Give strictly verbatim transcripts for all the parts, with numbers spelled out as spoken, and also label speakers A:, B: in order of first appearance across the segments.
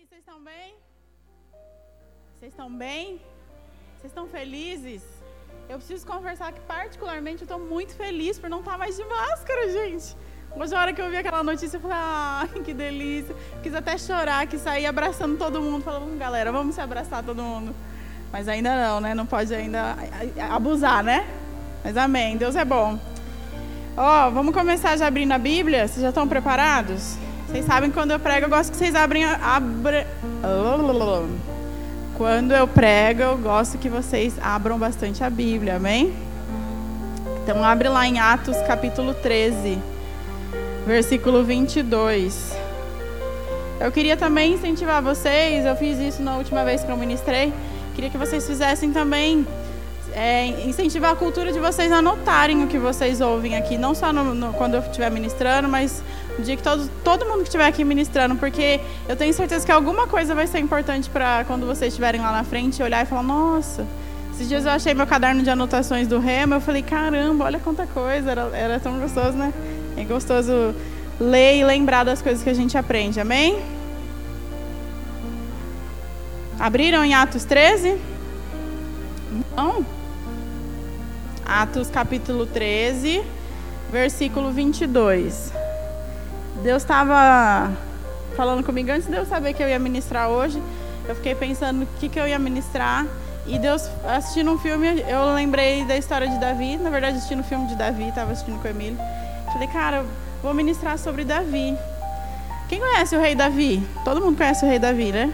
A: Vocês estão bem? Vocês estão bem? Vocês estão felizes? Eu preciso conversar que particularmente eu estou muito feliz por não estar mais de máscara, gente. Hoje, a hora que eu vi aquela notícia, eu falei, ai, que delícia. Quis até chorar, quis sair abraçando todo mundo. Falando, hum, galera, vamos se abraçar todo mundo. Mas ainda não, né? Não pode ainda abusar, né? Mas amém, Deus é bom. Ó, oh, vamos começar já abrindo a Bíblia? Vocês já estão preparados? Vocês sabem que quando eu prego, eu gosto que vocês abrem a... Abra... Quando eu prego, eu gosto que vocês abram bastante a Bíblia, amém? Então, abre lá em Atos, capítulo treze, versículo vinte e dois. Eu queria também incentivar vocês, eu fiz isso na última vez que eu ministrei, queria que vocês fizessem também, é, incentivar a cultura de vocês anotarem o que vocês ouvem aqui, não só no, no, quando eu estiver ministrando, mas no dia que todo, todo mundo que estiver aqui ministrando, porque eu tenho certeza que alguma coisa vai ser importante para quando vocês estiverem lá na frente, olhar e falar, nossa, esses dias eu achei meu caderno de anotações do Rema, eu falei, caramba, olha quanta coisa, era, era tão gostoso, né? É gostoso ler e lembrar das coisas que a gente aprende, amém? Abriram em Atos treze? Não? Atos capítulo treze, versículo vinte e dois. Deus estava falando comigo antes de eu saber que eu ia ministrar hoje. Eu fiquei pensando o que, que eu ia ministrar. E Deus, assistindo um filme, eu lembrei da história de Davi. Na verdade, assistindo o filme de Davi, estava assistindo com o Emílio. Falei, cara, vou ministrar sobre Davi. Quem conhece o rei Davi? Todo mundo conhece o rei Davi, né?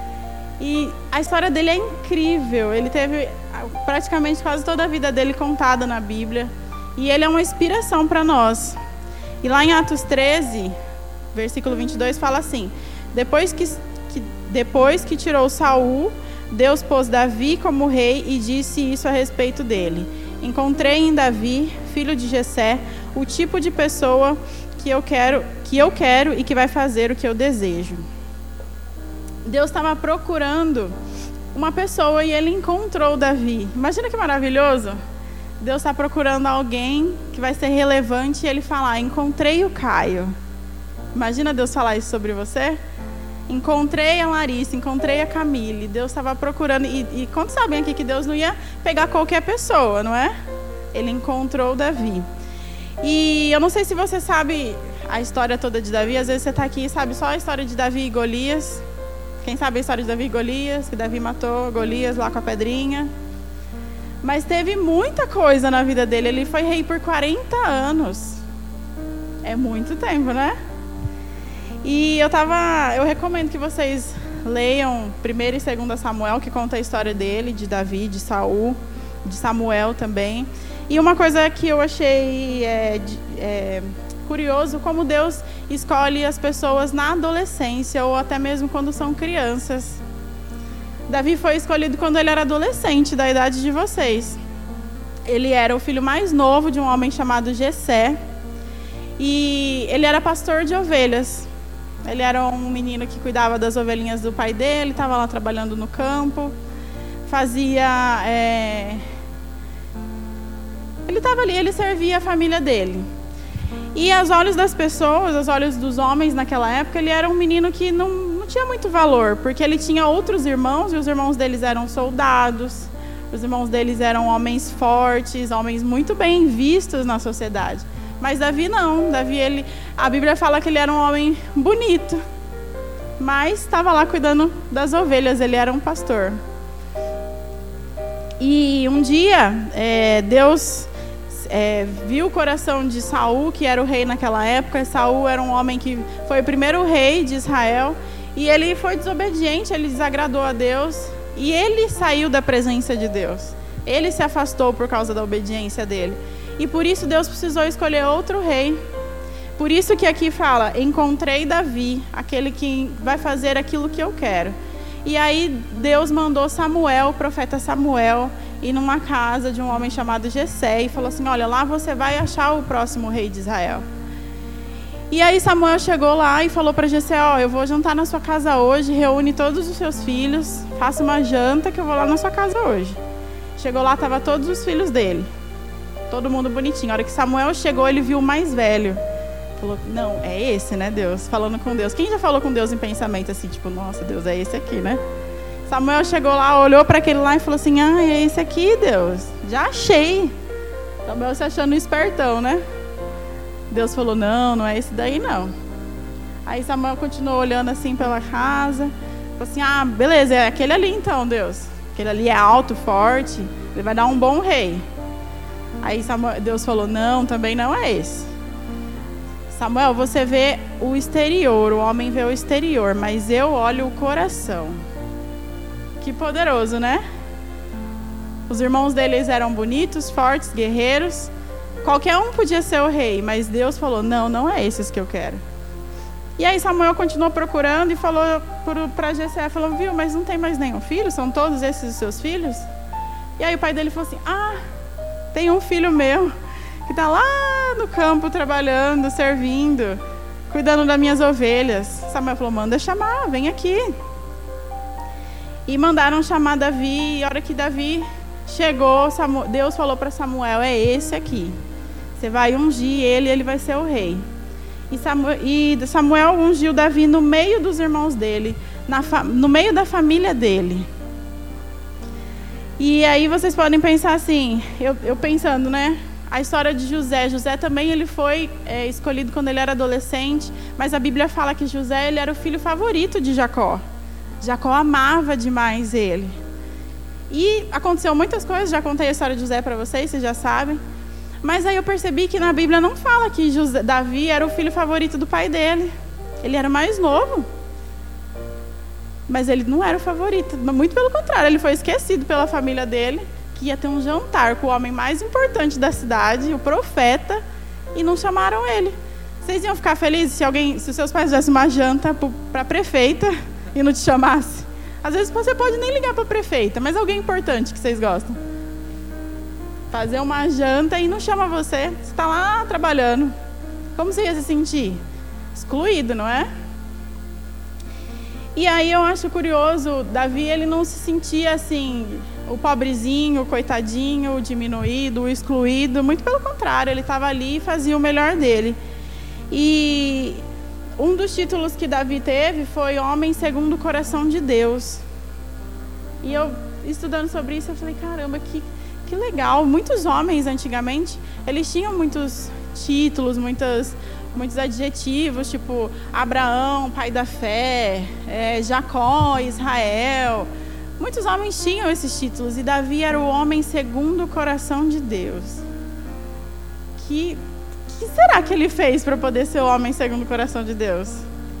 A: E a história dele é incrível. Ele teve praticamente quase toda a vida dele contada na Bíblia. E ele é uma inspiração para nós. E lá em Atos treze, versículo vinte e dois, fala assim: Depois que, que, depois que tirou Saul, Deus pôs Davi como rei e disse isso a respeito dele. Encontrei em Davi, filho de Jessé, o tipo de pessoa que eu quero, que eu quero e que vai fazer o que eu desejo. Deus estava procurando uma pessoa e ele encontrou Davi. Imagina que maravilhoso. Deus está procurando alguém que vai ser relevante e ele falar, encontrei o Caio. Imagina Deus falar isso sobre você? Encontrei a Larissa, encontrei a Camille. Deus estava procurando. E, e quantos sabem aqui que Deus não ia pegar qualquer pessoa, não é? Ele encontrou Davi. E eu não sei se você sabe a história toda de Davi. Às vezes você está aqui e sabe só a história de Davi e Golias. Quem sabe a história de Davi e Golias? Que Davi matou Golias lá com a pedrinha. Mas teve muita coisa na vida dele. Ele foi rei por quarenta anos. É muito tempo, né? E eu tava, eu recomendo que vocês leiam primeiro e segundo Samuel, que conta a história dele, de Davi, de Saul, de Samuel também. E uma coisa que eu achei é, é, curioso, como Deus escolhe as pessoas na adolescência ou até mesmo quando são crianças. Davi foi escolhido quando ele era adolescente, da idade de vocês. Ele era o filho mais novo de um homem chamado Jessé. E ele era pastor de ovelhas. Ele era um menino que cuidava das ovelhinhas do pai dele, estava lá trabalhando no campo, fazia... É... Ele estava ali, ele servia a família dele. E aos olhos das pessoas, aos olhos dos homens naquela época, ele era um menino que não, não tinha muito valor, porque ele tinha outros irmãos, e os irmãos deles eram soldados, os irmãos deles eram homens fortes, homens muito bem vistos na sociedade. Mas Davi não, Davi, ele, a Bíblia fala que ele era um homem bonito, mas estava lá cuidando das ovelhas, ele era um pastor. E um dia, é, Deus é, viu o coração de Saul, que era o rei naquela época. Saul era um homem que foi o primeiro rei de Israel, e ele foi desobediente, ele desagradou a Deus, e ele saiu da presença de Deus. Ele se afastou por causa da obediência dele. E por isso Deus precisou escolher outro rei. Por isso que aqui fala, encontrei Davi, aquele que vai fazer aquilo que eu quero. E aí Deus mandou Samuel, o profeta Samuel, ir numa casa de um homem chamado Jessé e falou assim, olha, lá você vai achar o próximo rei de Israel. E aí Samuel chegou lá e falou para Jessé, ó, eu vou jantar na sua casa hoje, reúne todos os seus filhos, faça uma janta que eu vou lá na sua casa hoje. Chegou lá, estavam todos os filhos dele. Todo mundo bonitinho. A hora que Samuel chegou, ele viu o mais velho. Falou, não, é esse, né, Deus? Falando com Deus. Quem já falou com Deus em pensamento assim, tipo, nossa, Deus, é esse aqui, né? Samuel chegou lá, olhou para aquele lá e falou assim, ah, é esse aqui, Deus. Já achei. Samuel se achando espertão, né? Deus falou, não, não é esse daí, não. Aí Samuel continuou olhando assim pela casa. Falou assim, ah, beleza, é aquele ali então, Deus. Aquele ali é alto, forte, ele vai dar um bom rei. Aí Samuel, Deus falou, não, também não é esse. Samuel, você vê o exterior, o homem vê o exterior, mas eu olho o coração. Que poderoso, né? Os irmãos deles eram bonitos, fortes, guerreiros. Qualquer um podia ser o rei, mas Deus falou, não, não é esses que eu quero. E aí Samuel continuou procurando e falou para Jessé, falou, viu, mas não tem mais nenhum filho? São todos esses os seus filhos? E aí o pai dele falou assim, ah, tem um filho meu que está lá no campo trabalhando, servindo, cuidando das minhas ovelhas. Samuel falou, manda chamar, vem aqui. E mandaram chamar Davi, e a hora que Davi chegou, Samuel, Deus falou para Samuel, é esse aqui. Você vai ungir ele e ele vai ser o rei. E Samuel, e Samuel ungiu Davi no meio dos irmãos dele, na, no meio da família dele. E aí vocês podem pensar assim, eu, eu pensando, né? A história de José. José também ele foi é, escolhido quando ele era adolescente, mas a Bíblia fala que José ele era o filho favorito de Jacó. Jacó amava demais ele. E aconteceu muitas coisas, já contei a história de José para vocês, vocês já sabem. Mas aí eu percebi que na Bíblia não fala que José, Davi era o filho favorito do pai dele. Ele era mais novo. Mas ele não era o favorito, muito pelo contrário, ele foi esquecido pela família dele, que ia ter um jantar com o homem mais importante da cidade, o profeta, e não chamaram ele. Vocês iam ficar felizes se alguém, se os seus pais fizessem uma janta para a prefeita e não te chamasse? Às vezes você pode nem ligar para a prefeita, mas alguém importante que vocês gostam. Fazer uma janta e não chama você, você está lá trabalhando. Como você ia se sentir? Excluído, não é? E aí eu acho curioso, Davi ele não se sentia assim, o pobrezinho, o coitadinho, o diminuído, o excluído. Muito pelo contrário, ele estava ali e fazia o melhor dele. E um dos títulos que Davi teve foi Homem Segundo o Coração de Deus. E eu, estudando sobre isso, eu falei, caramba, que, que legal. Muitos homens, antigamente, eles tinham muitos títulos, muitas... muitos adjetivos, tipo Abraão, pai da fé, é, Jacó, Israel. Muitos homens tinham esses títulos e Davi era o homem segundo o coração de Deus. Que, que será que ele fez para poder ser o homem segundo o coração de Deus?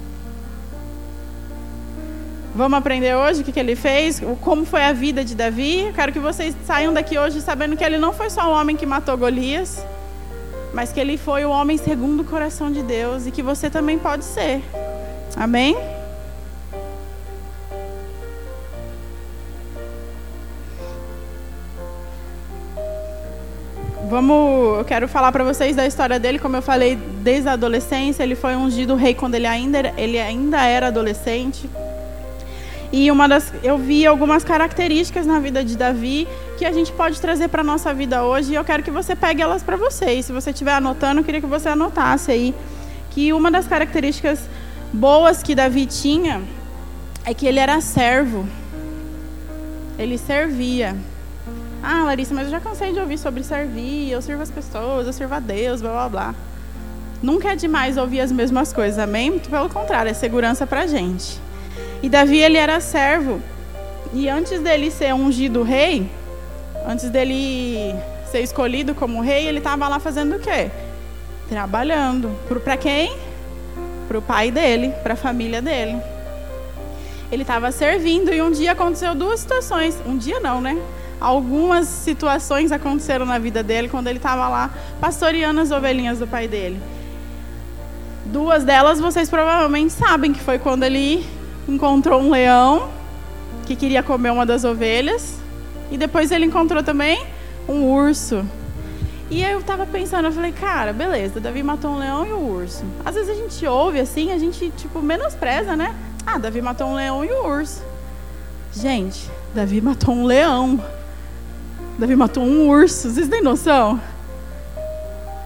A: Vamos aprender hoje o que, que ele fez, como foi a vida de Davi. Eu quero que vocês saiam daqui hoje sabendo que ele não foi só o homem que matou Golias, mas que ele foi o homem segundo o coração de Deus e que você também pode ser. Amém? Vamos, eu quero falar para vocês da história dele. Como eu falei, desde a adolescência, ele foi ungido rei quando ele ainda, ele ainda era adolescente. E uma das, eu vi algumas características na vida de Davi que a gente pode trazer para a nossa vida hoje, e eu quero que você pegue elas para você. E se você estiver anotando, eu queria que você anotasse aí que uma das características boas que Davi tinha é que ele era servo. Ele servia. Ah, Larissa, mas eu já cansei de ouvir sobre servir, eu sirvo as pessoas, eu sirvo a Deus, blá, blá, blá. Nunca é demais ouvir as mesmas coisas, amém? Muito pelo contrário, é segurança para a gente. E Davi, ele era servo. E antes dele ser ungido rei, antes dele ser escolhido como rei, ele estava lá fazendo o quê? Trabalhando. Para quem? Para o pai dele, para a família dele. Ele estava servindo e um dia aconteceu duas situações. Um dia não, né? Algumas situações aconteceram na vida dele quando ele estava lá pastoreando as ovelhinhas do pai dele. Duas delas vocês provavelmente sabem, que foi quando ele encontrou um leão que queria comer uma das ovelhas, e depois ele encontrou também um urso. E eu tava pensando, eu falei, cara, beleza, Davi matou um leão e um urso. Às vezes a gente ouve assim, a gente tipo menospreza, né? Ah, Davi matou um leão e um urso. Gente, Davi matou um leão. Davi matou um urso, vocês têm noção?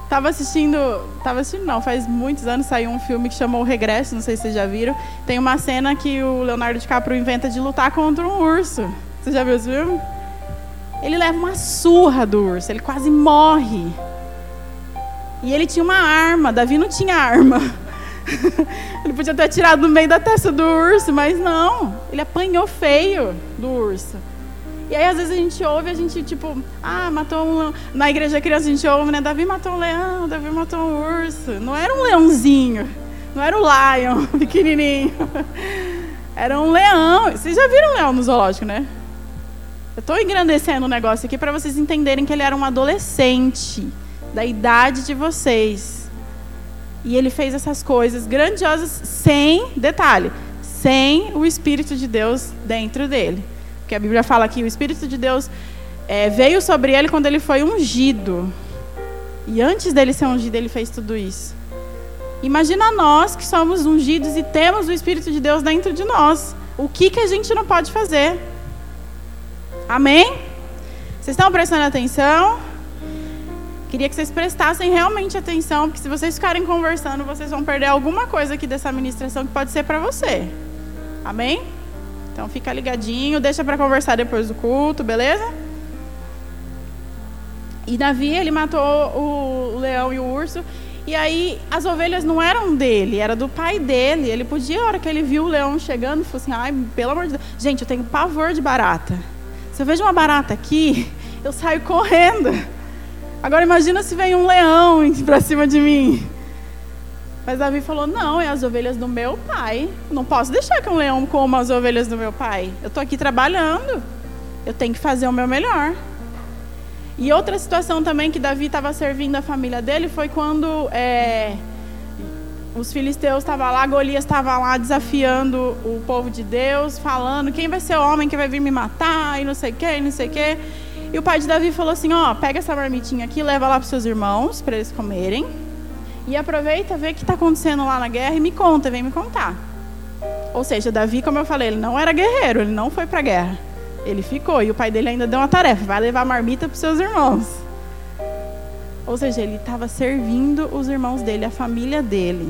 A: Tava assistindo, tava assistindo não, faz muitos anos saiu um filme que chamou O Regresso, não sei se vocês já viram. Tem uma cena que o Leonardo DiCaprio inventa de lutar contra um urso. Você já viu esse filme? Ele leva uma surra do urso, ele quase morre. E ele tinha uma arma, Davi não tinha arma. Ele podia ter atirado no meio da testa do urso, mas não. Ele apanhou feio do urso. E aí, às vezes, a gente ouve, a gente, tipo, ah, matou um leão. Na igreja criança, a gente ouve, né? Davi matou um leão, Davi matou um urso. Não era um leãozinho, não era o lion, pequenininho. Era um leão. Vocês já viram um leão no zoológico, né? Eu estou engrandecendo o negócio aqui para vocês entenderem que ele era um adolescente, da idade de vocês. E ele fez essas coisas grandiosas sem, detalhe, sem o Espírito de Deus dentro dele. Porque a Bíblia fala que o Espírito de Deus é, veio sobre ele quando ele foi ungido. E antes dele ser ungido, ele fez tudo isso. Imagina nós que somos ungidos e temos o Espírito de Deus dentro de nós. O que, que a gente não pode fazer? Amém? Vocês estão prestando atenção? Queria que vocês prestassem realmente atenção, porque se vocês ficarem conversando, vocês vão perder alguma coisa aqui dessa ministração que pode ser para você. Amém? Então fica ligadinho, deixa para conversar depois do culto, beleza? E Davi, ele matou o leão e o urso, e aí as ovelhas não eram dele, era do pai dele. Ele podia, a hora que ele viu o leão chegando, falou assim, ai, pelo amor de Deus. Gente, eu tenho pavor de barata. Se eu vejo uma barata aqui, eu saio correndo. Agora imagina se vem um leão para cima de mim. Mas Davi falou, não, é as ovelhas do meu pai. Não posso deixar que um leão coma as ovelhas do meu pai. Eu estou aqui trabalhando. Eu tenho que fazer o meu melhor. E outra situação também que Davi estava servindo a família dele foi quando é, os filisteus estavam lá, Golias estava lá desafiando o povo de Deus, falando quem vai ser o homem que vai vir me matar, e não sei o que, e não sei o que. E o pai de Davi falou assim, ó, pega essa marmitinha aqui, leva lá para os seus irmãos, para eles comerem. E aproveita, vê o que está acontecendo lá na guerra e me conta, vem me contar. Ou seja, Davi, como eu falei, ele não era guerreiro, ele não foi para a guerra. Ele ficou, e o pai dele ainda deu uma tarefa, vai levar a marmita para os seus irmãos. Ou seja, ele estava servindo os irmãos dele, a família dele.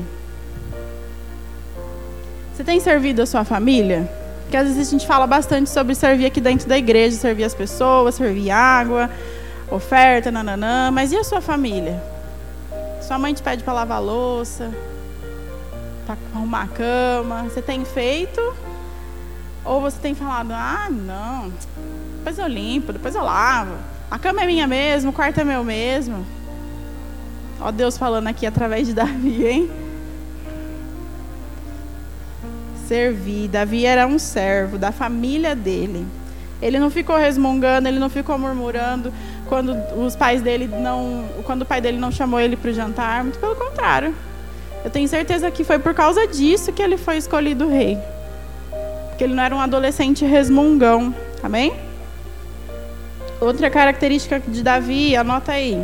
A: Você tem servido a sua família? Porque às vezes a gente fala bastante sobre servir aqui dentro da igreja, servir as pessoas, servir água, oferta, nananã, mas e a sua família? Sua mãe te pede para lavar a louça, para arrumar a cama. Você tem feito? Ou você tem falado, ah, não, depois eu limpo, depois eu lavo. A cama é minha mesmo, o quarto é meu mesmo. Ó Deus falando aqui através de Davi, hein? Servir. Davi era um servo da família dele. Ele não ficou resmungando, ele não ficou murmurando quando os pais dele não, quando o pai dele não chamou ele para o jantar, muito pelo contrário. Eu tenho certeza que foi por causa disso que ele foi escolhido rei. Porque ele não era um adolescente resmungão, amém? Outra característica de Davi, anota aí.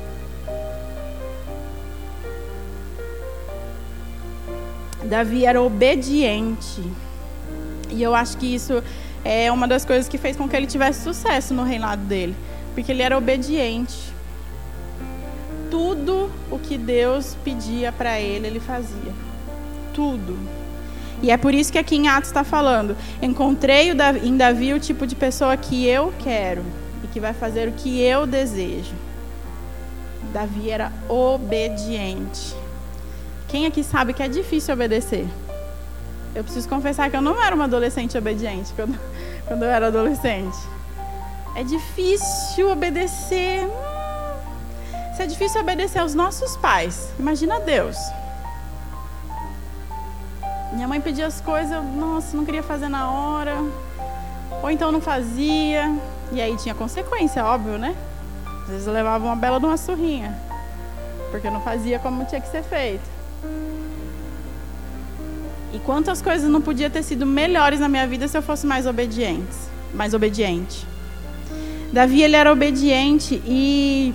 A: Davi era obediente. E eu acho que isso é uma das coisas que fez com que ele tivesse sucesso no reinado dele. Porque ele era obediente. Tudo o que Deus pedia para ele, ele fazia. Tudo. E é por isso que aqui em Atos está falando, encontrei em Davi o tipo de pessoa que eu quero e que vai fazer o que eu desejo. Davi era obediente. Quem aqui sabe que é difícil obedecer? Eu preciso confessar que eu não era uma adolescente obediente quando, quando eu era adolescente. É difícil obedecer. Hum, se é difícil obedecer aos nossos pais, imagina Deus. Minha mãe pedia as coisas, eu, nossa, não queria fazer na hora. Ou então não fazia. E aí tinha consequência, óbvio, né? Às vezes eu levava uma bela de uma surrinha. Porque eu não fazia como tinha que ser feito. E quantas coisas não podiam ter sido melhores na minha vida se eu fosse mais obediente. Mais obediente. Davi, ele era obediente e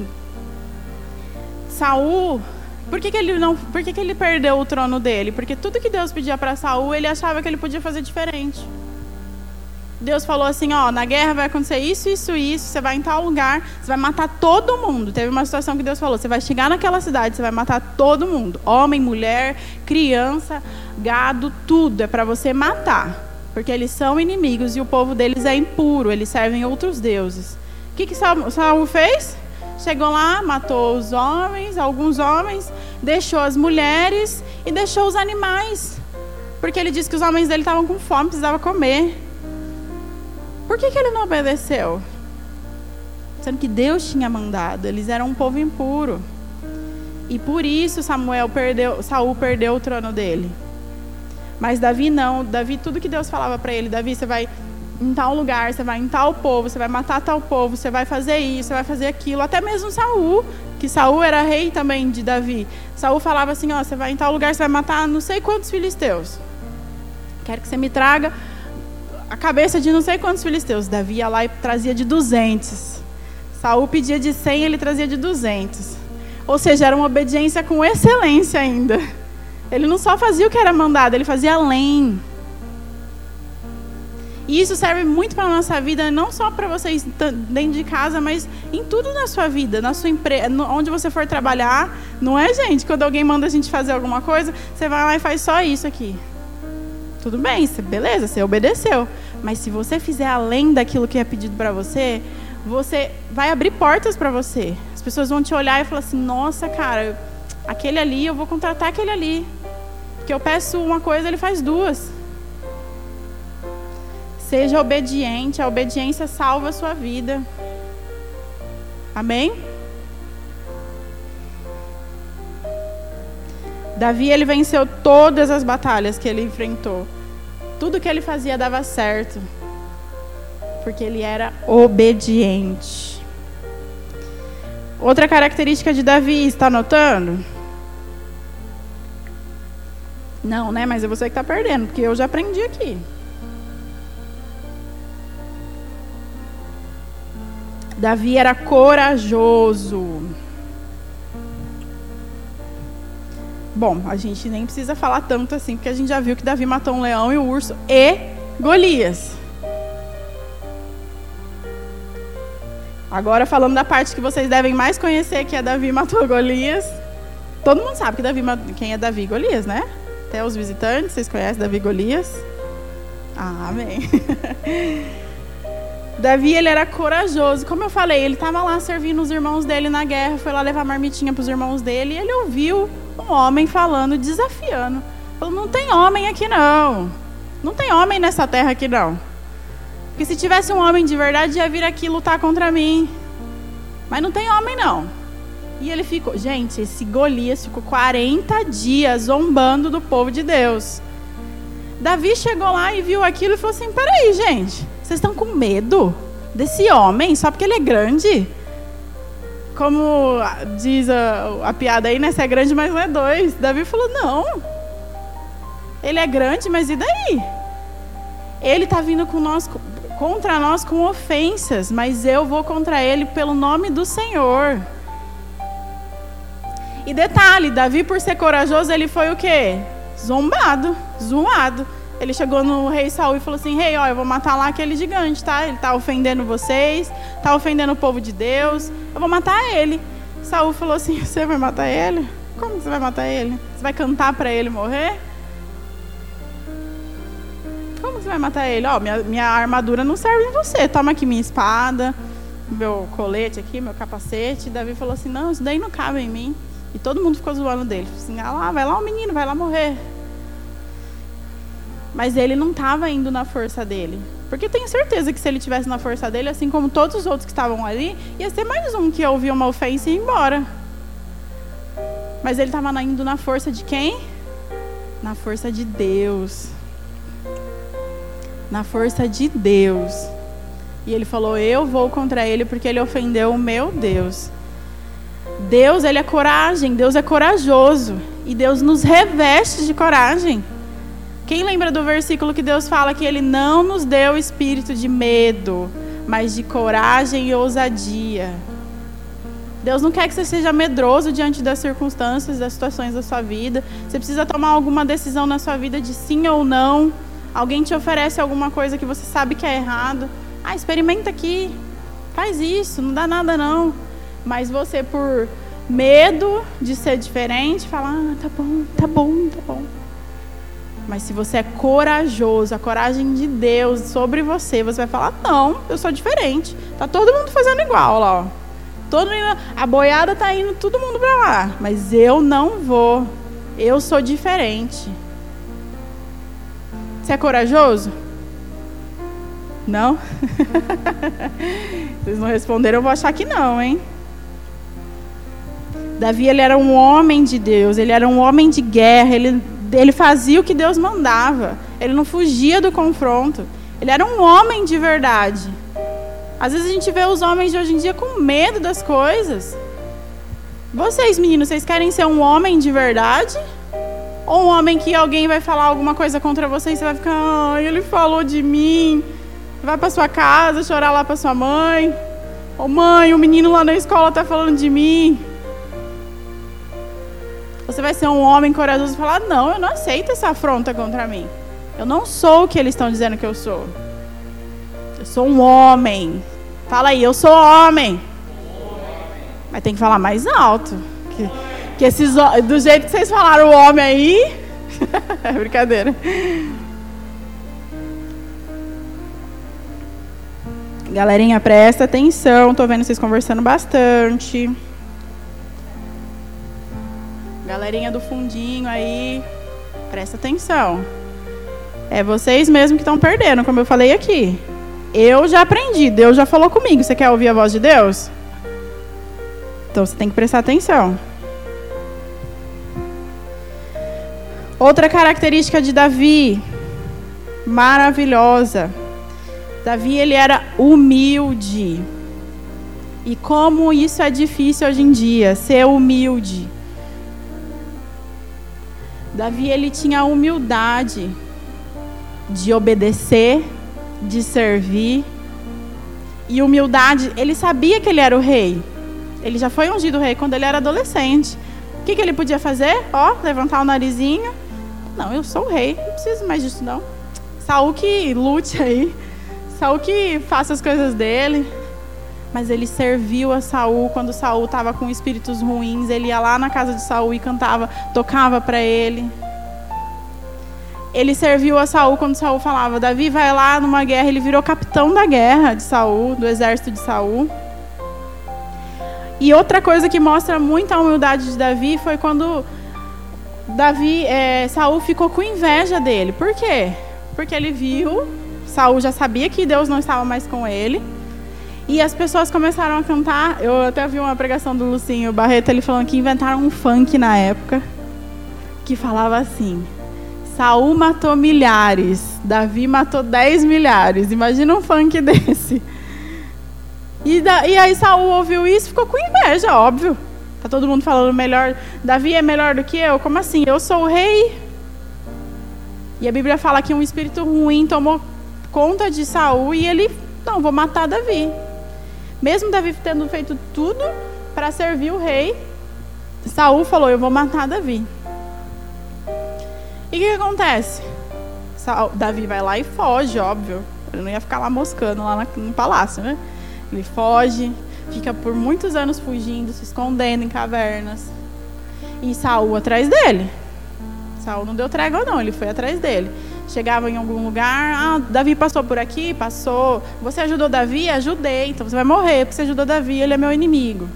A: Saul, por que que ele não, por que que ele perdeu o trono dele? Porque tudo que Deus pedia para Saul, ele achava que ele podia fazer diferente. Deus falou assim, ó, na guerra vai acontecer isso, isso, isso, você vai em tal lugar, você vai matar todo mundo. Teve uma situação que Deus falou, você vai chegar naquela cidade, você vai matar todo mundo. Homem, mulher, criança, gado, tudo é para você matar. Porque eles são inimigos e o povo deles é impuro, eles servem outros deuses. O que que Saul fez? Chegou lá, matou os homens, alguns homens, deixou as mulheres e deixou os animais. Porque ele disse que os homens dele estavam com fome, precisavam comer. Por que que ele não obedeceu? Sendo que Deus tinha mandado, eles eram um povo impuro. E por isso Samuel perdeu, Saul perdeu o trono dele. Mas Davi não, Davi, tudo que Deus falava para ele, Davi, você vai em tal lugar, você vai em tal povo, você vai matar tal povo, você vai fazer isso, você vai fazer aquilo. Até mesmo Saul, que Saul era rei também de Davi. Saul falava assim, ó, você vai em tal lugar, você vai matar não sei quantos filisteus. Quero que você me traga a cabeça de não sei quantos filisteus. Davi ia lá e trazia de duzentos. Saul pedia de cem, ele trazia de duzentos. Ou seja, era uma obediência com excelência ainda. Ele não só fazia o que era mandado, ele fazia além. E isso serve muito para a nossa vida, não só para vocês dentro de casa, mas em tudo na sua vida, na sua empresa, onde você for trabalhar. Não é, gente? Quando alguém manda a gente fazer alguma coisa, você vai lá e faz só isso aqui. Tudo bem, beleza, você obedeceu. Mas se você fizer além daquilo que é pedido para você, você vai abrir portas para você. As pessoas vão te olhar e falar assim, nossa, cara, aquele ali, eu vou contratar aquele ali. Porque eu peço uma coisa, ele faz duas. Seja obediente, a obediência salva a sua vida. Amém? Davi, ele venceu todas as batalhas que ele enfrentou. Tudo que ele fazia dava certo. Porque ele era obediente. Outra característica de Davi, está anotando? Não, né? Mas é você que está perdendo, porque eu já aprendi aqui. Davi era corajoso. Bom, a gente nem precisa falar tanto assim, porque a gente já viu que Davi matou um leão e um urso e Golias. Agora, falando da parte que vocês devem mais conhecer, que é Davi matou Golias. Todo mundo sabe que Davi, quem é Davi e Golias, né? Até os visitantes, vocês conhecem Davi e Golias? Ah, amém. Davi, ele era corajoso. Como eu falei, ele estava lá servindo os irmãos dele na guerra, foi lá levar marmitinha para os irmãos dele, e ele ouviu um homem falando, desafiando. Falou, não tem homem aqui não. Não tem homem nessa terra aqui não. Porque se tivesse um homem de verdade, ia vir aqui lutar contra mim. Mas não tem homem não. E ele ficou, gente, esse Golias ficou quarenta dias zombando do povo de Deus. Davi chegou lá e viu aquilo e falou assim, peraí, gente, vocês estão com medo desse homem só porque ele é grande? Como diz a, a piada aí, né? Você é grande, mas não é dois. Davi falou, não. Ele é grande, mas e daí? Ele está vindo com nós, contra nós com ofensas, mas eu vou contra ele pelo nome do Senhor. E detalhe, Davi, por ser corajoso, ele foi o quê? Zombado, zoado. Ele chegou no rei Saul e falou assim, rei, ó, eu vou matar lá aquele gigante, tá? Ele tá ofendendo vocês, tá ofendendo o povo de Deus, eu vou matar ele. Saul falou assim, você vai matar ele? Como você vai matar ele? Você vai cantar para ele morrer? Como você vai matar ele? Ó, minha, minha armadura não serve em você, toma aqui minha espada, meu colete aqui, meu capacete. Davi falou assim, não, isso daí não cabe em mim. E todo mundo ficou zoando dele. Falou assim, ah lá, vai lá o menino, vai lá morrer. Mas ele não estava indo na força dele. Porque tenho certeza que se ele estivesse na força dele, assim como todos os outros que estavam ali, ia ser mais um que ouvia uma ofensa e ia embora. Mas ele estava indo na força de quem? Na força de Deus. Na força de Deus. E ele falou, eu vou contra ele porque ele ofendeu o meu Deus. Deus, ele é coragem, Deus é corajoso. E Deus nos reveste de coragem. Quem lembra do versículo que Deus fala que Ele não nos deu espírito de medo, mas de coragem e ousadia? Deus não quer que você seja medroso diante das circunstâncias, das situações da sua vida. Você precisa tomar alguma decisão na sua vida de sim ou não. Alguém te oferece alguma coisa que você sabe que é errado. Ah, experimenta aqui. Faz isso, não dá nada não. Mas você, por medo de ser diferente, fala, ah, tá bom, tá bom, tá bom. Mas se você é corajoso, a coragem de Deus sobre você, você vai falar, não, eu sou diferente. Tá todo mundo fazendo igual lá, ó. Todo mundo, a boiada tá indo todo mundo pra lá. Mas eu não vou. Eu sou diferente. Você é corajoso? Não? Vocês não responderam, eu vou achar que não, hein? Davi, ele era um homem de Deus, ele era um homem de guerra, ele, ele fazia o que Deus mandava, ele não fugia do confronto, ele era um homem de verdade. Às vezes a gente vê os homens de hoje em dia com medo das coisas. Vocês, meninos, vocês querem ser um homem de verdade? Ou um homem que alguém vai falar alguma coisa contra você e você vai ficar, ai, ele falou de mim. Vai para sua casa, chorar lá para sua mãe. Ô mãe, o menino lá na escola está falando de mim. Você vai ser um homem corajoso e falar, não, eu não aceito essa afronta contra mim. Eu não sou o que eles estão dizendo que eu sou. Eu sou um homem. Fala aí, eu sou homem. Mas tem que falar mais alto. Que, que esses, do jeito que vocês falaram o homem aí... é brincadeira. Galerinha, presta atenção. Tô vendo vocês conversando bastante. Galerinha do fundinho aí, presta atenção. É vocês mesmos que estão perdendo, como eu falei aqui. Eu já aprendi, Deus já falou comigo. Você quer ouvir a voz de Deus? Então você tem que prestar atenção. Outra característica de Davi, maravilhosa. Davi, ele era humilde. E como isso é difícil hoje em dia, ser humilde. Davi, ele tinha a humildade de obedecer, de servir. E humildade, ele sabia que ele era o rei. Ele já foi ungido rei quando ele era adolescente. O que, que ele podia fazer? Ó, levantar o narizinho. Não, eu sou o rei, não preciso mais disso não. Saul que lute aí. Saul que faça as coisas dele. Mas ele serviu a Saul quando Saul estava com espíritos ruins. Ele ia lá na casa de Saul e cantava, tocava para ele. Ele serviu a Saul quando Saul falava, Davi vai lá numa guerra. Ele virou capitão da guerra de Saul, do exército de Saul. E outra coisa que mostra muita humildade de Davi foi quando Davi, é, Saul ficou com inveja dele. Por quê? Porque ele viu, Saul já sabia que Deus não estava mais com ele. E as pessoas começaram a cantar. Eu até vi uma pregação do Lucinho Barreto, ele falando que inventaram um funk na época, que falava assim, Saul matou milhares, Davi matou dez milhares. Imagina um funk desse. E, da, e aí Saul ouviu isso e ficou com inveja, óbvio. Tá todo mundo falando melhor, Davi é melhor do que eu? Como assim? Eu sou o rei. E a Bíblia fala que um espírito ruim tomou conta de Saul e ele, não, vou matar Davi. Mesmo Davi tendo feito tudo para servir o rei, Saul falou, eu vou matar Davi. E o que, que acontece? Saul, Davi vai lá e foge, óbvio. Ele não ia ficar lá moscando lá na, no palácio, né? Ele foge, fica por muitos anos fugindo, se escondendo em cavernas. E Saul atrás dele. Saul não deu trégua não, ele foi atrás dele. Chegava em algum lugar, ah, Davi passou por aqui, passou. Você ajudou Davi? Ajudei, então você vai morrer porque você ajudou Davi, ele é meu inimigo.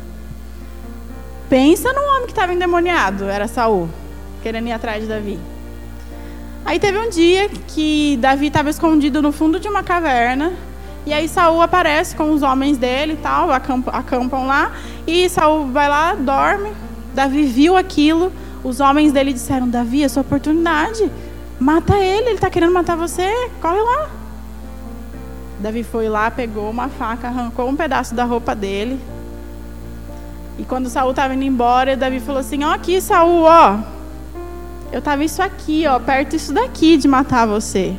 A: Pensa num homem que estava endemoniado, era Saul, querendo ir atrás de Davi. Aí teve um dia que Davi estava escondido no fundo de uma caverna. E aí Saul aparece com os homens dele e tal, acampam, acampam lá. E Saul vai lá, dorme. Davi viu aquilo. Os homens dele disseram, Davi, é sua oportunidade. Mata ele, ele está querendo matar você. Corre lá. Davi foi lá, pegou uma faca, arrancou um pedaço da roupa dele. E quando Saul estava indo embora, Davi falou assim, ó aqui Saul, ó. Eu estava isso aqui, ó, perto disso daqui de matar você.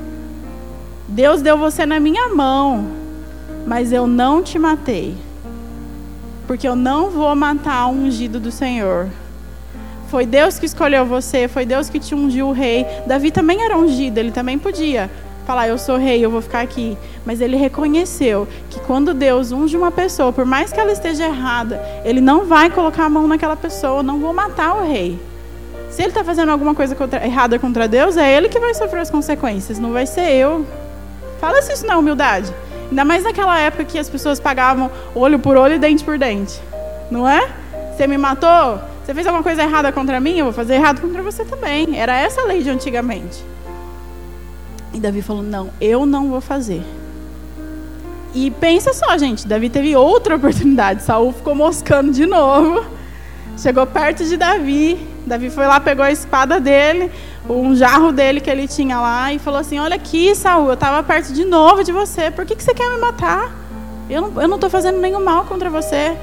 A: Deus deu você na minha mão, mas eu não te matei. Porque eu não vou matar o ungido do Senhor. Foi Deus que escolheu você, foi Deus que te ungiu o rei. Davi também era ungido, ele também podia falar, eu sou rei, eu vou ficar aqui. Mas ele reconheceu que quando Deus unge uma pessoa, por mais que ela esteja errada, ele não vai colocar a mão naquela pessoa, não vou matar o rei. Se ele está fazendo alguma coisa contra, errada contra Deus, é ele que vai sofrer as consequências, não vai ser eu. Fala-se isso na humildade. Ainda mais naquela época que as pessoas pagavam olho por olho e dente por dente. Não é? Você me matou? Você fez alguma coisa errada contra mim? Eu vou fazer errado contra você também. Era essa a lei de antigamente. E Davi falou, não, eu não vou fazer. E pensa só, gente, Davi teve outra oportunidade. Saul ficou moscando de novo. Chegou perto de Davi. Davi foi lá, pegou a espada dele, um jarro dele que ele tinha lá, e falou assim, olha aqui, Saul, eu estava perto de novo de você. Por que, que você quer me matar? Eu não eu não estou fazendo nenhum mal contra você.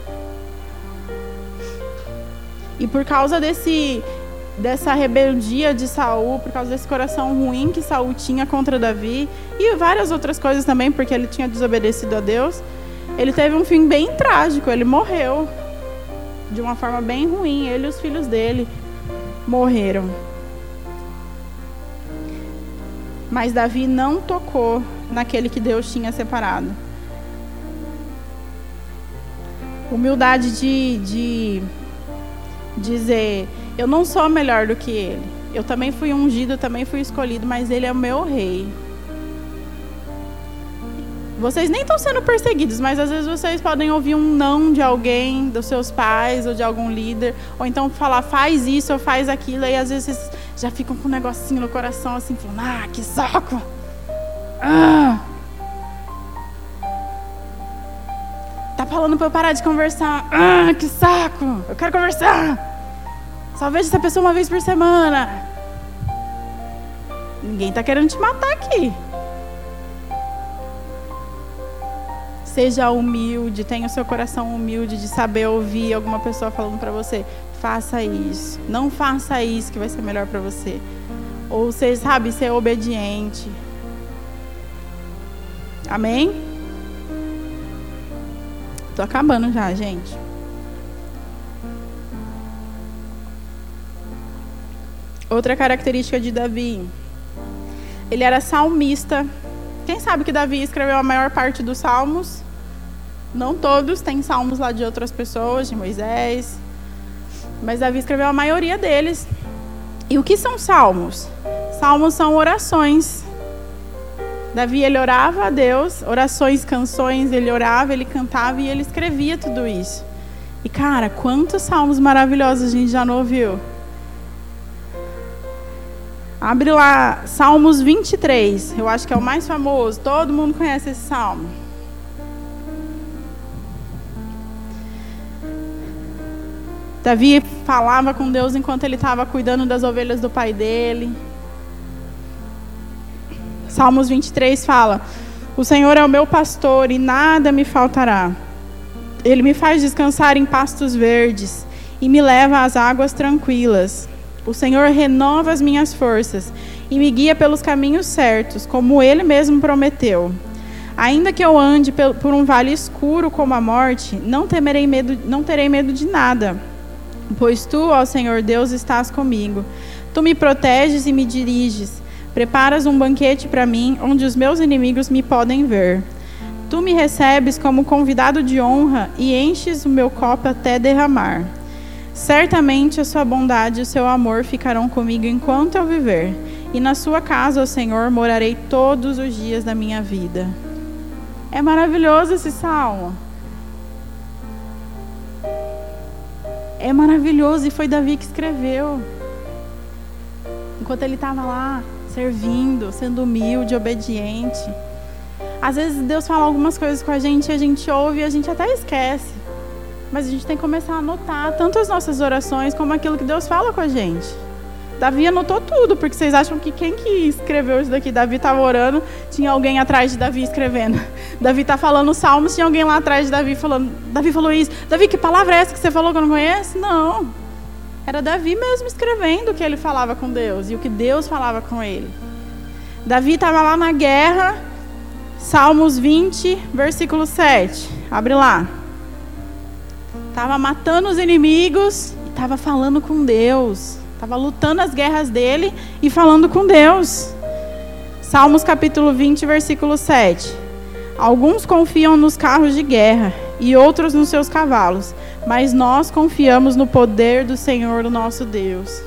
A: E por causa desse, dessa rebeldia de Saul, por causa desse coração ruim que Saul tinha contra Davi, e várias outras coisas também, porque ele tinha desobedecido a Deus, ele teve um fim bem trágico, ele morreu de uma forma bem ruim, ele e os filhos dele morreram. Mas Davi não tocou naquele que Deus tinha separado. Humildade de, de dizer, eu não sou melhor do que ele. Eu também fui ungido, eu também fui escolhido, mas ele é o meu rei. Vocês nem estão sendo perseguidos, mas às vezes vocês podem ouvir um não de alguém, dos seus pais ou de algum líder, ou então falar, faz isso ou faz aquilo, e às vezes vocês já ficam com um negocinho no coração, assim, falando, ah, que saco! Ah! Tá falando para eu parar de conversar. Ah, que saco! Eu quero conversar! Só vejo essa pessoa uma vez por semana. Ninguém tá querendo te matar aqui. Seja humilde, tenha o seu coração humilde de saber ouvir alguma pessoa falando para você, faça isso, não faça isso que vai ser melhor para você. Ou você sabe, ser obediente. Amém? Tô acabando já, gente. Outra característica de Davi, ele era salmista. Quem sabe que Davi escreveu a maior parte dos salmos? Não todos, tem salmos lá de outras pessoas, de Moisés. Mas Davi escreveu a maioria deles. E o que são salmos? Salmos são orações. Davi, ele orava a Deus, orações, canções, ele orava, ele cantava e ele escrevia tudo isso. E cara, quantos salmos maravilhosos a gente já não ouviu? Abre lá, Salmos vinte e três, eu acho que é o mais famoso, todo mundo conhece esse salmo. Davi falava com Deus enquanto ele estava cuidando das ovelhas do pai dele. Salmos vinte e três fala, o Senhor é o meu pastor e nada me faltará. Ele me faz descansar em pastos verdes e me leva às águas tranquilas. O Senhor renova as minhas forças e me guia pelos caminhos certos, como Ele mesmo prometeu. Ainda que eu ande por um vale escuro como a morte, não temerei medo, não terei medo de nada, pois Tu, ó Senhor Deus, estás comigo. Tu me proteges e me diriges. Preparas um banquete para mim, onde os meus inimigos me podem ver. Tu me recebes como convidado de honra e enches o meu copo até derramar. Certamente a sua bondade e o seu amor ficarão comigo enquanto eu viver, e na sua casa, ó Senhor, morarei todos os dias da minha vida. É maravilhoso esse salmo. É maravilhoso, e foi Davi que escreveu. Enquanto ele estava lá, servindo, sendo humilde, obediente. Às vezes Deus fala algumas coisas com a gente, a gente ouve e a gente até esquece. Mas a gente tem que começar a anotar tanto as nossas orações como aquilo que Deus fala com a gente. Davi anotou tudo, porque vocês acham que quem que escreveu isso daqui? Davi estava orando, tinha alguém atrás de Davi escrevendo. Davi está falando os salmos, tinha alguém lá atrás de Davi falando, Davi falou isso. Davi, que palavra é essa que você falou que eu não conheço? Não. Era Davi mesmo escrevendo o que ele falava com Deus e o que Deus falava com ele. Davi estava lá na guerra, Salmos vinte, versículo sete. Abre lá. Estava matando os inimigos, estava falando com Deus. Estava lutando as guerras dele e falando com Deus. Salmos capítulo vinte, versículo sete. Alguns confiam nos carros de guerra e outros nos seus cavalos, mas nós confiamos no poder do Senhor, o nosso Deus.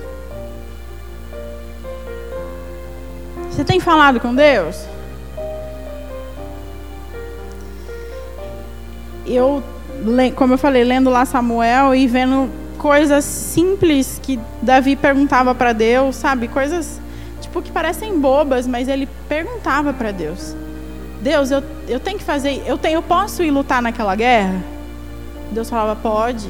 A: Você tem falado com Deus? Eu, como eu falei, lendo lá Samuel e vendo coisas simples que Davi perguntava para Deus, sabe? Coisas tipo que parecem bobas, mas ele perguntava para Deus. Deus, eu, eu tenho que fazer, eu, tenho, eu posso ir lutar naquela guerra? Deus falava, pode.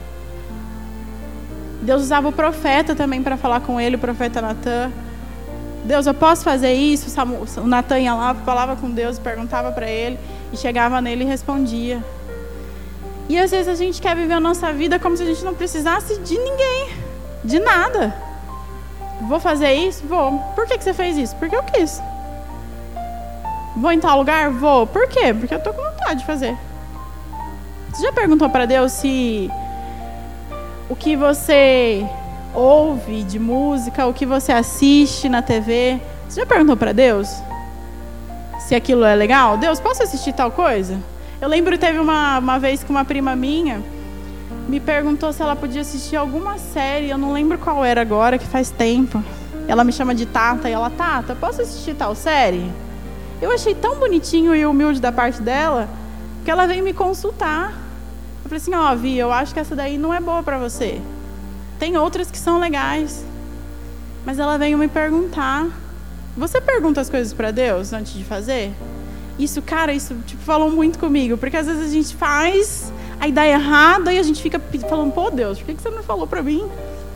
A: Deus usava o profeta também para falar com ele, o profeta Natan. Deus, eu posso fazer isso? O Natan ia lá, falava com Deus, perguntava para ele, e chegava nele e respondia. E às vezes a gente quer viver a nossa vida como se a gente não precisasse de ninguém, de nada. Vou fazer isso? Vou. Por que, que você fez isso? Porque eu quis. Vou em tal lugar? Vou. Por quê? Porque eu estou com vontade de fazer. Você já perguntou para Deus se o que você ouve de música, o que você assiste na T V, você já perguntou para Deus se aquilo é legal? Deus, posso assistir tal coisa? Eu lembro que teve uma, uma vez que uma prima minha me perguntou se ela podia assistir alguma série, eu não lembro qual era agora, que faz tempo. Ela me chama de Tata, e ela, Tata, posso assistir tal série? Eu achei tão bonitinho e humilde da parte dela, que ela veio me consultar. Eu falei assim, ó, Vi, eu acho que essa daí não é boa pra você. Tem outras que são legais. Mas ela veio me perguntar. Você pergunta as coisas pra Deus antes de fazer? Isso, cara, isso tipo, falou muito comigo. Porque às vezes a gente faz, aí dá errado, aí a gente fica falando, pô, Deus, por que você não falou pra mim?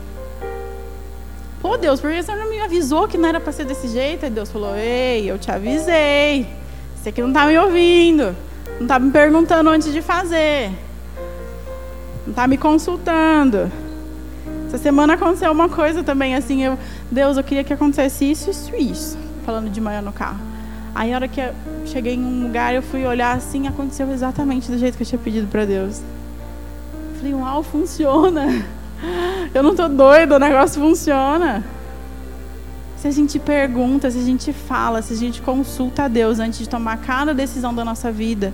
A: Pô, Deus, por que você não me avisou que não era pra ser desse jeito? Aí Deus falou, ei, eu te avisei. Você aqui não tá me ouvindo. Não tá me perguntando antes de fazer. Não tá me consultando. Essa semana aconteceu uma coisa também, assim, eu, Deus, eu queria que acontecesse isso, isso, isso. Falando de manhã no carro. Aí, a hora que eu cheguei em um lugar, eu fui olhar assim, aconteceu exatamente do jeito que eu tinha pedido para Deus. Eu falei, uau, funciona. Eu não tô doida, o negócio funciona. Se a gente pergunta, se a gente fala, se a gente consulta a Deus antes de tomar cada decisão da nossa vida.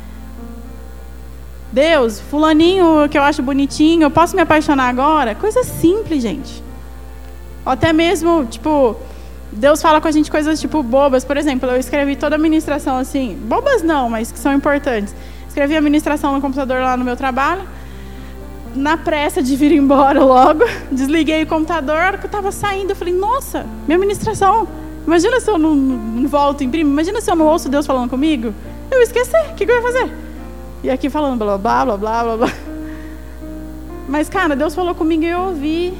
A: Deus, fulaninho que eu acho bonitinho, eu posso me apaixonar agora? Coisa simples, gente. Ou até mesmo, tipo, Deus fala com a gente coisas tipo bobas. Por exemplo, eu escrevi toda a ministração assim, bobas não, mas que são importantes. Escrevi a ministração no computador lá no meu trabalho. Na pressa de vir embora logo, desliguei o computador. A hora que eu estava saindo, eu falei, nossa, minha ministração. Imagina se eu não, não volto, imprimo. Imagina se eu não ouço Deus falando comigo. Eu esqueci, o que, que eu ia fazer? E aqui falando blá, blá, blá, blá, blá, blá. Mas, cara, Deus falou comigo e eu ouvi.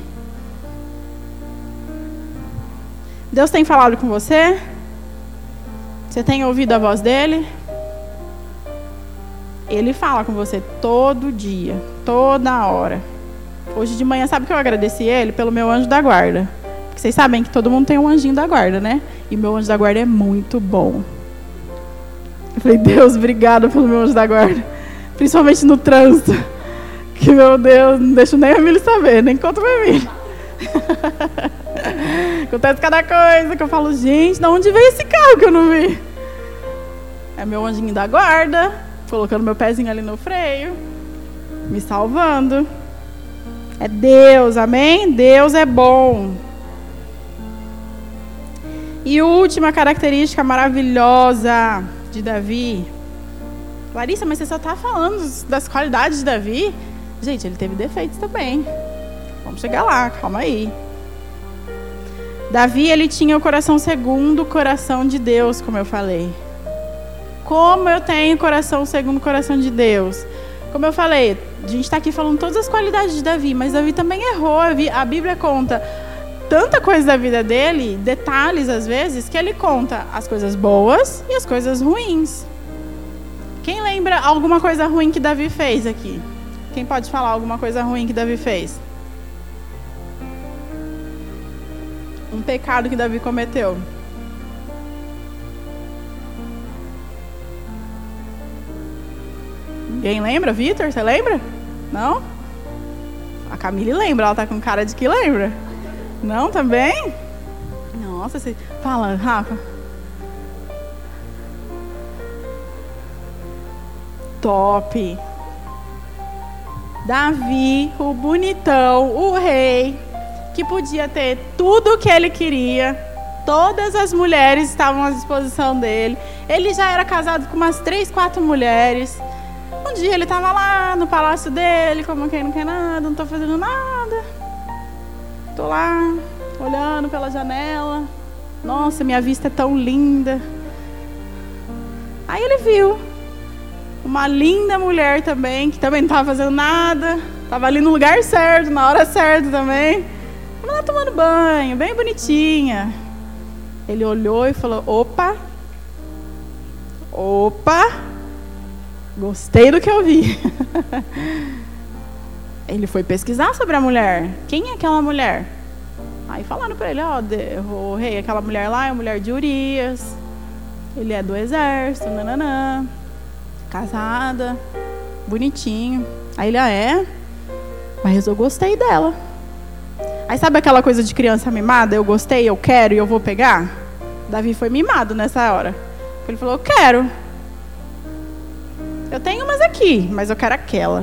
A: Deus tem falado com você? Você tem ouvido a voz dele? Ele fala com você todo dia, toda hora. Hoje de manhã, sabe que eu agradeci ele pelo meu anjo da guarda? Porque vocês sabem que todo mundo tem um anjinho da guarda, né? E meu anjo da guarda é muito bom. Eu falei, Deus, obrigada pelo meu anjo da guarda. Principalmente no trânsito. Que, meu Deus, não deixo nem a Emília saber, nem conto pra Emília. Acontece cada coisa que eu falo, gente, de onde veio esse carro que eu não vi? É meu anjinho da guarda, colocando meu pezinho ali no freio, me salvando. É Deus, amém? Deus é bom. E última característica maravilhosa de Davi. Larissa, mas você só está falando das qualidades de Davi? Gente, ele teve defeitos também. Vamos chegar lá, calma aí. Davi, ele tinha o coração segundo o coração de Deus, como eu falei. Como eu tenho coração segundo o coração de Deus? Como eu falei, a gente está aqui falando todas as qualidades de Davi, mas Davi também errou. A Bíblia conta tanta coisa da vida dele, detalhes às vezes, que ele conta as coisas boas e as coisas ruins. Quem lembra alguma coisa ruim que Davi fez aqui? Quem pode falar alguma coisa ruim que Davi fez? Um pecado que Davi cometeu. Ninguém lembra? Vitor, você lembra? Não? Camille lembra, ela tá com cara de que lembra. Não, também? Nossa, você... Fala, Rafa. Top. Davi, o bonitão, o rei, que podia ter tudo o que ele queria. Todas as mulheres estavam à disposição dele. Ele já era casado com umas três, quatro mulheres. Um dia ele estava lá no palácio dele, como quem não quer nada, não estou fazendo nada. Estou lá, olhando pela janela. Nossa, minha vista é tão linda. Aí ele viu uma linda mulher também, que também não estava fazendo nada. Estava ali no lugar certo, na hora certa também. Estava lá tomando banho, bem bonitinha. Ele olhou e falou, opa, opa, gostei do que eu vi. Ele foi pesquisar sobre a mulher. Quem é aquela mulher? Aí falaram para ele, ó, oh, o rei, aquela mulher lá é a mulher de Urias. Ele é do exército, nananã, casada, bonitinho. Aí ele, ah, é? Mas eu gostei dela. Aí sabe aquela coisa de criança mimada? Eu gostei, eu quero e eu vou pegar? Davi foi mimado nessa hora. Ele falou, eu quero. Eu tenho umas aqui, mas eu quero aquela.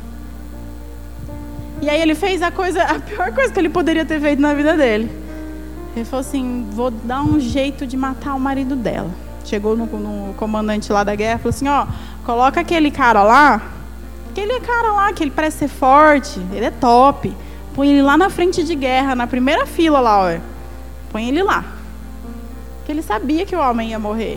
A: E aí ele fez a coisa, a pior coisa que ele poderia ter feito na vida dele. Ele falou assim, vou dar um jeito de matar o marido dela. Chegou no, no comandante lá da guerra e falou assim, ó, coloca aquele cara lá, aquele cara lá que ele parece ser forte, ele é top. Põe ele lá na frente de guerra, na primeira fila lá, ó. Põe ele lá. Porque ele sabia que o homem ia morrer.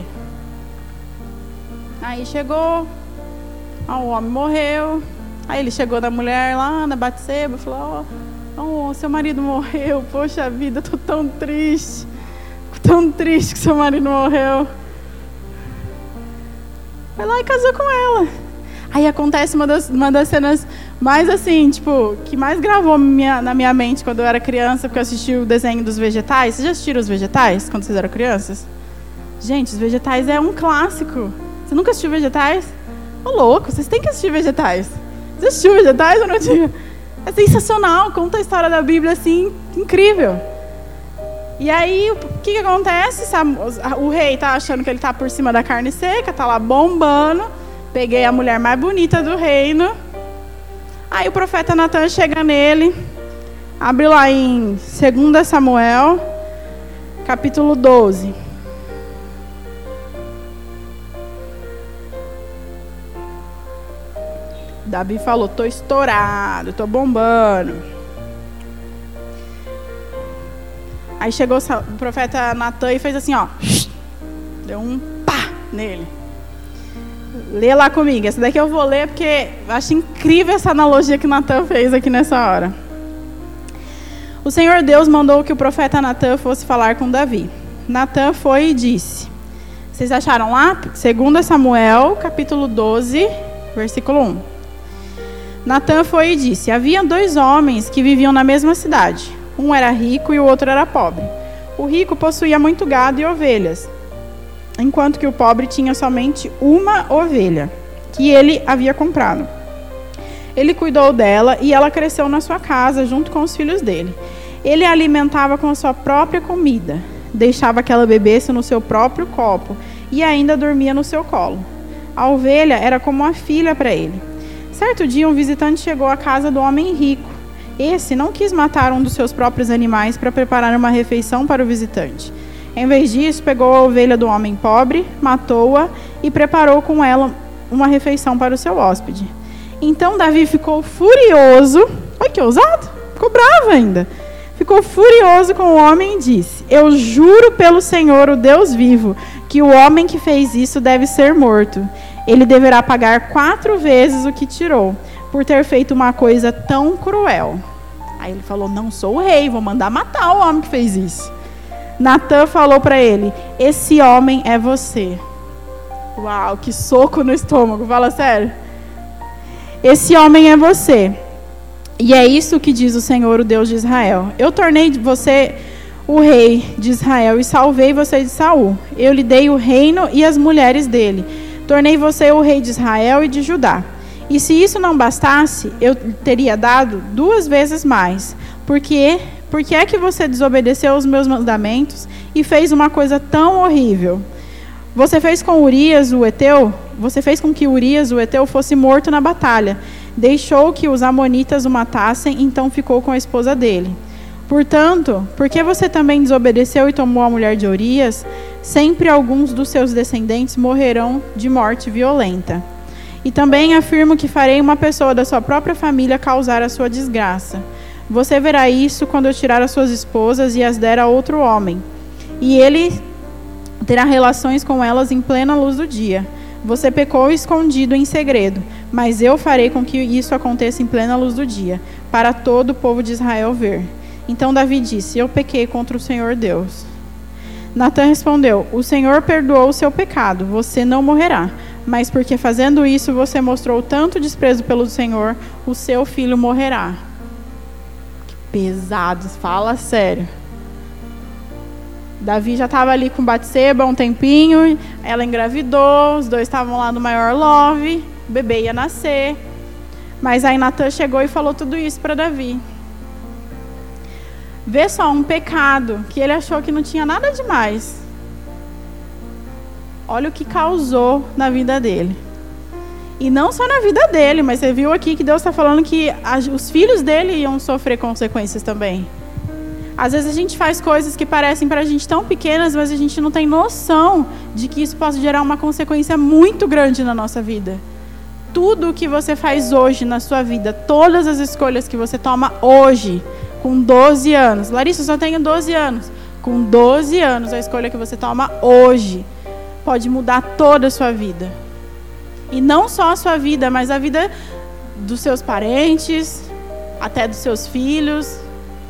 A: Aí chegou, ó, o homem morreu. Aí ele chegou na mulher lá, na Batseba, e falou, ó, oh, seu marido morreu. Poxa vida, eu tô tão triste. Tão triste que seu marido morreu. Foi lá e casou com ela. Aí acontece uma das, uma das cenas mais assim, tipo, que mais gravou minha, na minha mente quando eu era criança, porque eu assisti o desenho dos Vegetais. Vocês já assistiram os Vegetais, quando vocês eram crianças? Gente, os Vegetais é um clássico. Você nunca assistiu Vegetais? Ô, louco, vocês têm que assistir Vegetais. Você assistiu Vegetais ou não tinha? É sensacional, conta a história da Bíblia assim, incrível. E aí, o que que acontece? O rei tá achando que ele tá por cima da carne seca, tá lá bombando. Peguei a mulher mais bonita do reino. Aí o profeta Natan chega nele, abre lá em Segundo Samuel, capítulo doze. Davi falou, tô estourado, tô bombando. Aí chegou o profeta Natan e fez assim, ó. Deu um pá nele. Lê lá comigo. Essa daqui eu vou ler porque eu acho incrível essa analogia que Natan fez aqui nessa hora. O Senhor Deus mandou que o profeta Natan fosse falar com Davi. Natan foi e disse. Vocês acharam lá? Segundo Samuel, capítulo doze, versículo um. Natan foi e disse. Havia dois homens que viviam na mesma cidade. Um era rico e o outro era pobre. O rico possuía muito gado e ovelhas, enquanto que o pobre tinha somente uma ovelha, que ele havia comprado. Ele cuidou dela e ela cresceu na sua casa, junto com os filhos dele. Ele a alimentava com a sua própria comida, deixava que ela bebesse no seu próprio copo e ainda dormia no seu colo. A ovelha era como uma filha para ele. Certo dia, um visitante chegou à casa do homem rico. Esse não quis matar um dos seus próprios animais para preparar uma refeição para o visitante. Em vez disso, pegou a ovelha do homem pobre, matou-a e preparou com ela uma refeição para o seu hóspede. Então Davi ficou furioso. Olha que ousado! Ficou bravo ainda. Ficou furioso com o homem e disse: Eu juro pelo Senhor, o Deus vivo, que o homem que fez isso deve ser morto. Ele deverá pagar quatro vezes o que tirou, por ter feito uma coisa tão cruel. Aí ele falou: Não sou o rei, vou mandar matar o homem que fez isso. Natan falou para ele: Esse homem é você. Uau, que soco no estômago, fala sério. Esse homem é você. E é isso que diz o Senhor, o Deus de Israel. Eu tornei você o rei de Israel e salvei você de Saul. Eu lhe dei o reino e as mulheres dele. Tornei você o rei de Israel e de Judá. E se isso não bastasse, eu teria dado duas vezes mais. Porque, porque é que você desobedeceu os meus mandamentos e fez uma coisa tão horrível? Você fez com Urias, o Heteu, você fez com que Urias, o Heteu, fosse morto na batalha. Deixou que os amonitas o matassem, então ficou com a esposa dele. Portanto, porque você também desobedeceu e tomou a mulher de Urias, sempre alguns dos seus descendentes morrerão de morte violenta. E também afirmo que farei uma pessoa da sua própria família causar a sua desgraça. Você verá isso quando eu tirar as suas esposas e as der a outro homem. E ele terá relações com elas em plena luz do dia. Você pecou escondido em segredo, mas eu farei com que isso aconteça em plena luz do dia, para todo o povo de Israel ver. Então Davi disse: eu pequei contra o Senhor Deus. Natã respondeu: o Senhor perdoou o seu pecado, você não morrerá. Mas porque fazendo isso você mostrou tanto desprezo pelo Senhor, o seu filho morrerá. Que pesado, fala sério. Davi já estava ali com Batseba há um tempinho, ela engravidou, os dois estavam lá no maior love, o bebê ia nascer. Mas aí Natã chegou e falou tudo isso para Davi. Vê só, um pecado que ele achou que não tinha nada demais. Olha o que causou na vida dele. E não só na vida dele, mas você viu aqui que Deus está falando que os filhos dele iam sofrer consequências também. Às vezes a gente faz coisas que parecem para a gente tão pequenas, mas a gente não tem noção de que isso possa gerar uma consequência muito grande na nossa vida. Tudo o que você faz hoje na sua vida, todas as escolhas que você toma hoje, com doze anos. Larissa, eu só tenho doze anos. Com doze anos, a escolha que você toma hoje pode mudar toda a sua vida. E não só a sua vida, mas a vida dos seus parentes, até dos seus filhos.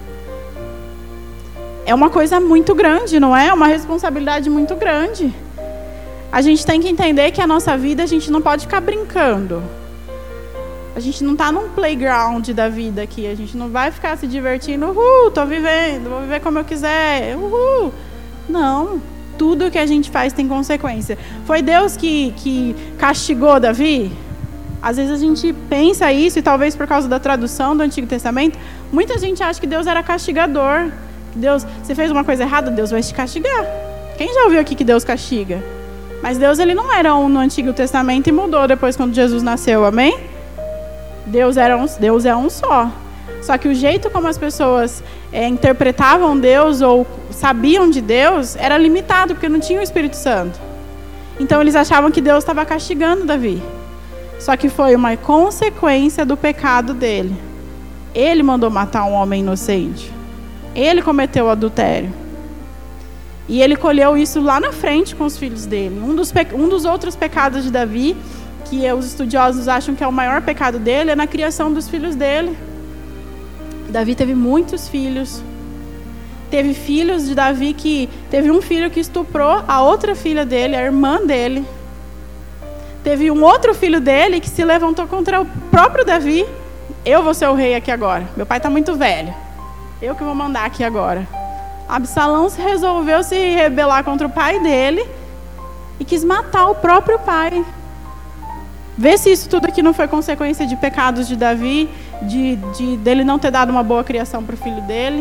A: É uma coisa muito grande, não é? É uma responsabilidade muito grande. A gente tem que entender que a nossa vida, a gente não pode ficar brincando. A gente não está num playground da vida aqui. A gente não vai ficar se divertindo. Uhul, estou vivendo, vou viver como eu quiser. Uhul. Não. Tudo que a gente faz tem consequência. Foi Deus que, que castigou Davi? Às vezes a gente pensa isso, e talvez por causa da tradução do Antigo Testamento, muita gente acha que Deus era castigador. Deus, você fez uma coisa errada, Deus vai te castigar. Quem já ouviu aqui que Deus castiga? Mas Deus, ele não era um no Antigo Testamento e mudou depois quando Jesus nasceu, amém? Deus, era um, Deus é um só. Só que o jeito como as pessoas é, interpretavam Deus ou sabiam de Deus era limitado, porque não tinha o Espírito Santo. Então eles achavam que Deus estava castigando Davi. Só que foi uma consequência do pecado dele. Ele mandou matar um homem inocente. Ele cometeu o adultério. E ele colheu isso lá na frente com os filhos dele. Um dos, pe... um dos outros pecados de Davi, que os estudiosos acham que é o maior pecado dele, é na criação dos filhos dele. Davi teve muitos filhos. Teve filhos de Davi que... Teve um filho que estuprou a outra filha dele, a irmã dele. Teve um outro filho dele que se levantou contra o próprio Davi. Eu vou ser o rei aqui agora. Meu pai está muito velho. Eu que vou mandar aqui agora. Absalão resolveu se rebelar contra o pai dele e quis matar o próprio pai. Vê se isso tudo aqui não foi consequência de pecados de Davi, de, de dele não ter dado uma boa criação para o filho dele,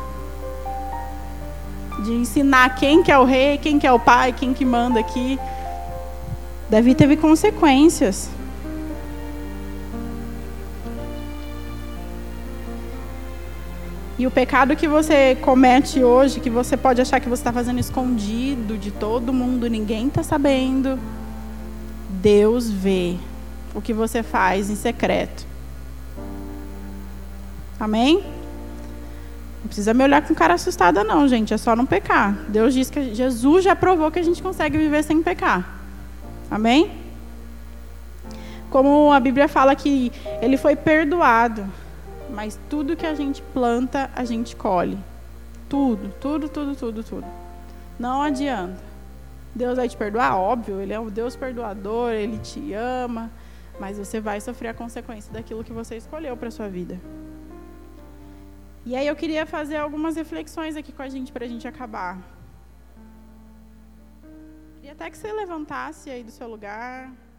A: de ensinar quem que é o rei, quem que é o pai, quem que manda aqui. Davi teve consequências. E o pecado que você comete hoje, que você pode achar que você está fazendo escondido de todo mundo, ninguém está sabendo, Deus vê o que você faz em secreto. Amém? Não precisa me olhar com cara assustada não, gente, é só não pecar. Deus diz que Jesus já provou que a gente consegue viver sem pecar. Amém? Como a Bíblia fala que ele foi perdoado. Mas tudo que a gente planta, a gente colhe. Tudo, tudo, tudo, tudo, tudo. Não adianta. Deus vai te perdoar? Óbvio, Ele é um Deus perdoador, Ele te ama. Mas você vai sofrer a consequência daquilo que você escolheu para a sua vida. E aí eu queria fazer algumas reflexões aqui com a gente, para a gente acabar. Queria até que você levantasse aí do seu lugar.